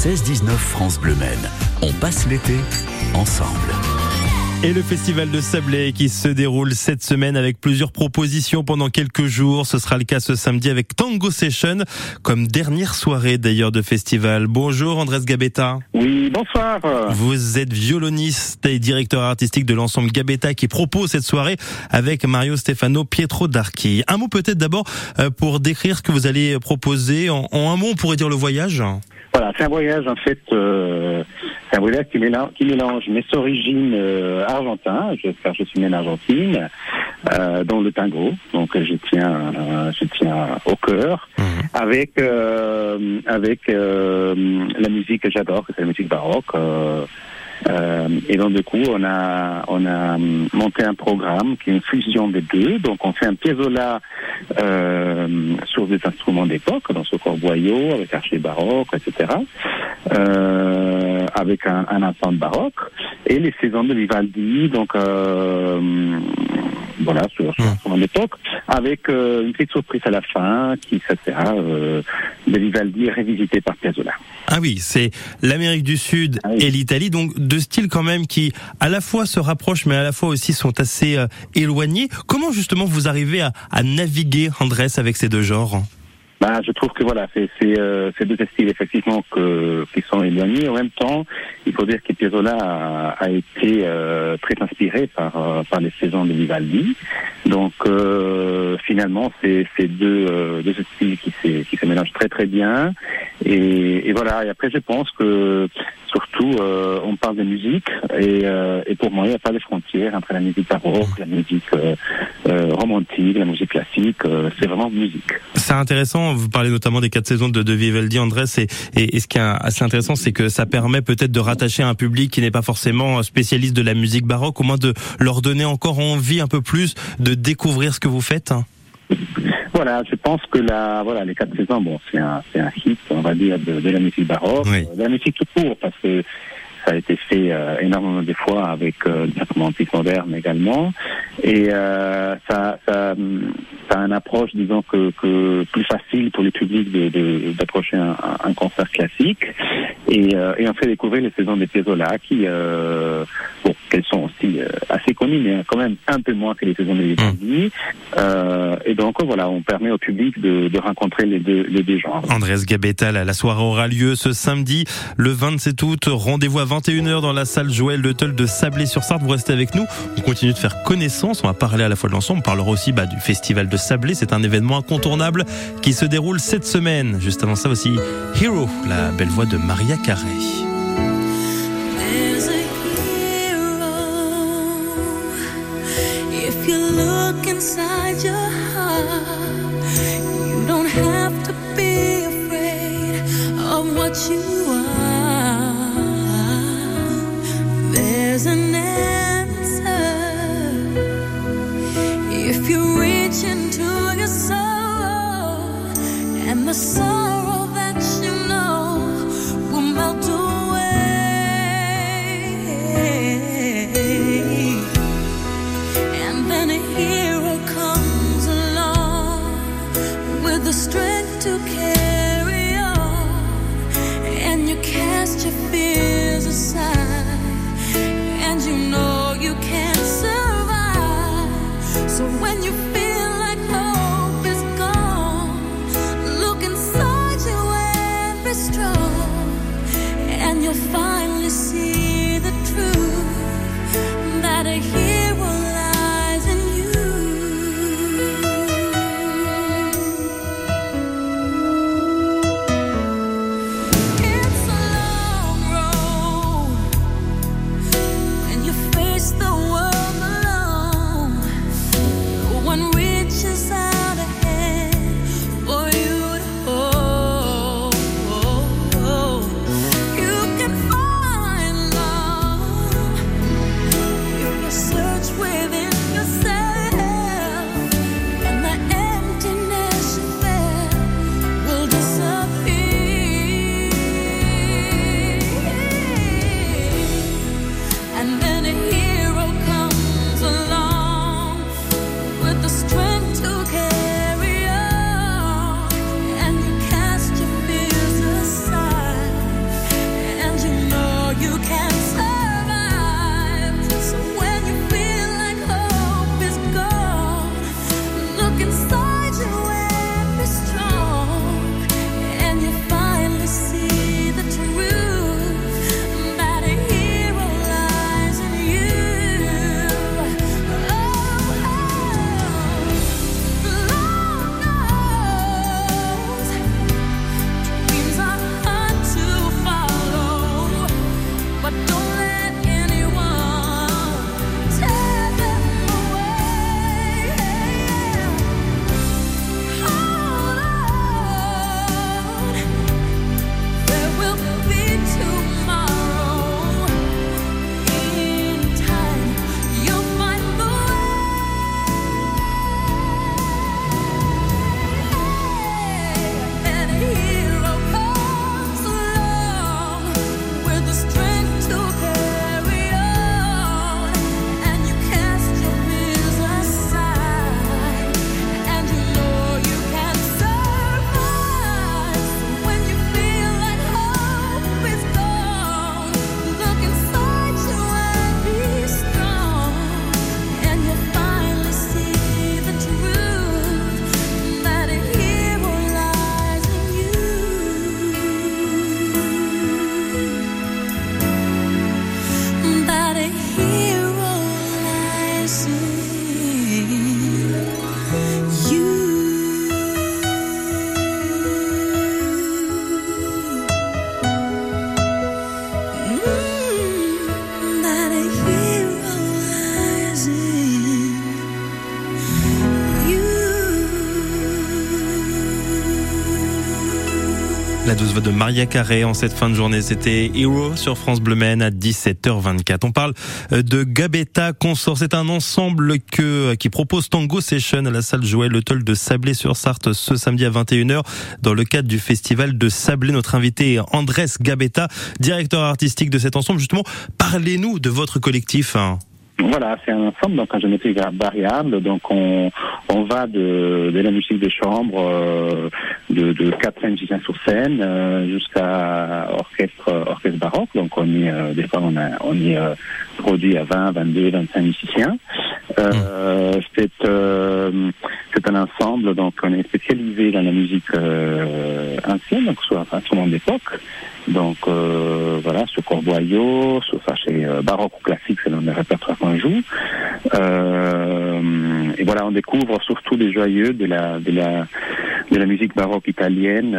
16-19 France Bleu Maine. On passe l'été ensemble. Et le festival de Sablé qui se déroule cette semaine avec plusieurs propositions pendant quelques jours. Ce sera le cas ce samedi avec Tango Session comme dernière soirée d'ailleurs de festival. Bonjour Andrés Gabetta. Oui, bonsoir. Vous êtes violoniste et directeur artistique de l'ensemble Gabetta qui propose cette soirée avec Mario Stefano Pietro D'Archi. Un mot peut-être d'abord pour décrire ce que vous allez proposer. En un mot, on pourrait dire le voyage. Voilà, c'est un voyage en fait, c'est un voyage qui mélange mes origines argentines, car je suis né en Argentine, dans le tango, donc je tiens au cœur, avec la musique que j'adore, que c'est la musique baroque. Et donc du coup on a monté un programme qui est une fusion des deux. Donc on fait un piazzolla sur des instruments d'époque, dans ce corbeau, avec archer baroque, etc. Avec un ensemble baroque et les saisons de Vivaldi, donc voilà, sur l'instrument d'époque, avec une petite surprise à la fin qui sera de Vivaldi révisité par Piazzolla. Ah oui, c'est l'Amérique du Sud et l'Italie, donc deux styles quand même qui à la fois se rapprochent mais à la fois aussi sont assez éloignés. Comment justement vous arrivez à naviguer, Andrés, avec ces deux genres ? Je trouve que voilà, c'est deux styles effectivement qui sont éloignés. En même temps, il faut dire que Piazzolla a été très inspiré par les saisons de Vivaldi. Donc finalement, c'est deux styles qui se mélangent très très bien. Et voilà. Et après, je pense que surtout, on parle de musique et pour moi, il n'y a pas de frontières entre la musique baroque, la musique romantique, la musique classique. C'est vraiment musique. C'est intéressant. Vous parlez notamment des 4 saisons de Vivaldi, Andrés, et ce qui est assez intéressant, c'est que ça permet peut-être de rattacher un public qui n'est pas forcément spécialiste de la musique baroque, au moins de leur donner encore envie un peu plus de découvrir ce que vous faites. Voilà, je pense que les 4 saisons, c'est un hit, on va dire, de la musique baroque, de la musique tout court, parce que ça a été fait énormément de fois avec la romantique moderne également, et ça a une approche, disons que plus facile pour le public d'approcher un concert classique, et on fait découvrir les saisons des Piazzolla qui qu'elles sont aussi assez connues, mais quand même un peu moins que les saisons de Vivaldi. Et donc voilà, on permet au public de rencontrer les deux genres. Andrés Gabetta, la soirée aura lieu ce samedi, le 27 août. Rendez-vous à 21h dans la salle Joël Le Teul de Sablé-sur-Sarthe. Vous restez avec nous. On continue de faire connaissance. On va parler à la fois de l'ensemble. On parlera aussi du festival de Sablé. C'est un événement incontournable qui se déroule cette semaine. Juste avant ça aussi, Hero, la belle voix de Maria Carey. Inside your heart, you don't have to be afraid of what you are. There's an answer if you reach into your soul, and the sorrow that you know will melt away. And then a hero comes along with the strength to carry on, and you cast your fears aside, and you know you can survive. So when you feel like hope is gone, look inside you and be strong, and you'll finally see the truth that a hero lies in you. It's a long road when you face the world alone. No one reaches out a hand for you to hold. You can find love if you La douce voix de Maria Carré en cette fin de journée. C'était Hero sur France Bleu Maine à 17h24. On parle de Gabetta Consort. C'est un ensemble qui propose Tango Session à la salle Joël Le Teul de Sablé-sur-Sarthe ce samedi à 21h dans le cadre du festival de Sablé. Notre invité est Andrés Gabetta, directeur artistique de cet ensemble. Justement, parlez-nous de votre collectif. Voilà, c'est un ensemble, donc en géométrie variable. Donc on va de la musique des chambres, de 4 musiciens sur scène jusqu'à orchestre baroque. Donc on est des fois on est produit à 20, 22, 25 musiciens. C'est un ensemble, donc on est spécialisé dans la musique ancienne, donc soit instrument d'époque. Donc voilà, sur Corboyau, sur chez baroque ou classique, c'est dans le répertoire qu'on joue. Et voilà, on découvre surtout des joyeux de la musique baroque italienne,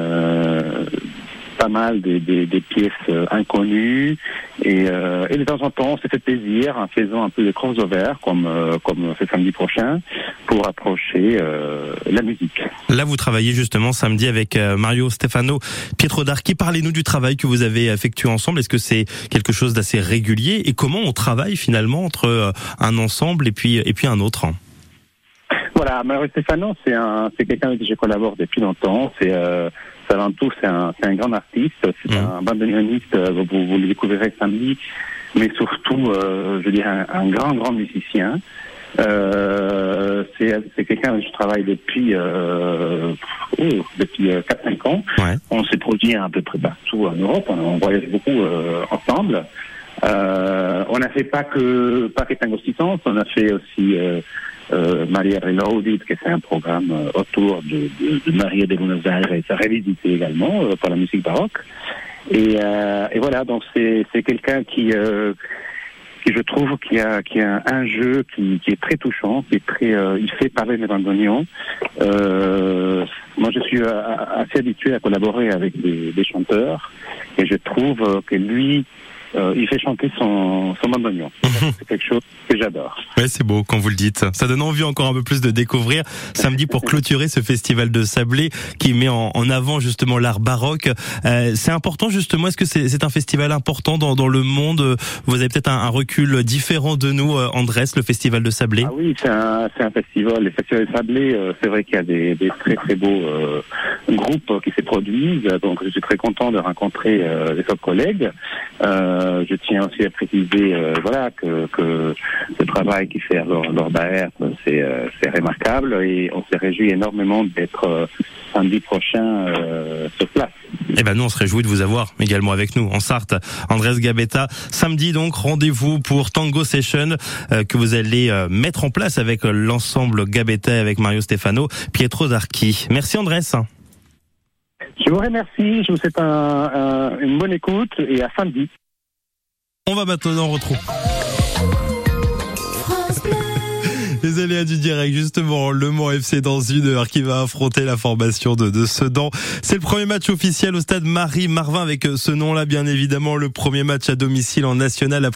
pas mal des pièces inconnues et de temps en temps on s'est fait plaisir en faisant un peu de crossover comme ce samedi prochain pour approcher la musique. Là vous travaillez justement samedi avec Mario Stefano, Pietro D'Archi. Parlez-nous du travail que vous avez effectué ensemble. Est-ce que c'est quelque chose d'assez régulier et comment on travaille finalement entre un ensemble et puis un autre? Voilà, Mario Stefano c'est quelqu'un avec qui je collabore depuis longtemps. Avant tout, c'est un grand artiste, c'est un bandoneoniste, vous le découvrirez samedi, mais surtout, je veux dire, un grand musicien. C'est quelqu'un avec qui je travaille depuis 4-5 ans. Ouais. On s'est produit un peu près partout en Europe, on voyage beaucoup ensemble. On n'a fait pas que Tango Sissons, on a fait aussi Maria Reloaded, qui c'est un programme autour de Maria de Buenos Aires, et ça révisité également par la musique baroque. Et voilà, donc c'est quelqu'un qui je trouve qui a un jeu qui est très touchant, qui est très il fait parler les bandoneons. Moi je suis assez habitué à collaborer avec des chanteurs et je trouve que lui il fait chanter son bandoneon. C'est quelque chose que j'adore. Ouais, c'est beau quand vous le dites. Ça donne envie encore un peu plus de découvrir samedi pour clôturer ce festival de Sablé qui met en avant justement l'art baroque. C'est important justement. Est-ce que c'est un festival important dans le monde? Vous avez peut-être un recul différent de nous, Andrés, le festival de Sablé. Ah oui, c'est un festival. Le festival de Sablé, c'est vrai qu'il y a des très beaux groupes qui se produisent. Donc je suis très content de rencontrer les autres collègues. Je tiens aussi à préciser que le travail qu'il fait lors d'AR, c'est remarquable et on se réjouit énormément d'être samedi prochain sur place. Eh ben nous on se réjouit de vous avoir également avec nous en Sarthe. Andrés Gabetta, samedi donc rendez-vous pour Tango Session que vous allez mettre en place avec l'ensemble Gabetta avec Mario Stefano, Pietro D'Archi. Merci Andrés. Je vous remercie, je vous souhaite une bonne écoute et à samedi. On va maintenant retrouver les aléas du direct, justement, Le Mans FC dans 1 heure qui va affronter la formation de Sedan. C'est le premier match officiel au stade Marie-Marvin avec ce nom-là, bien évidemment, le premier match à domicile en national.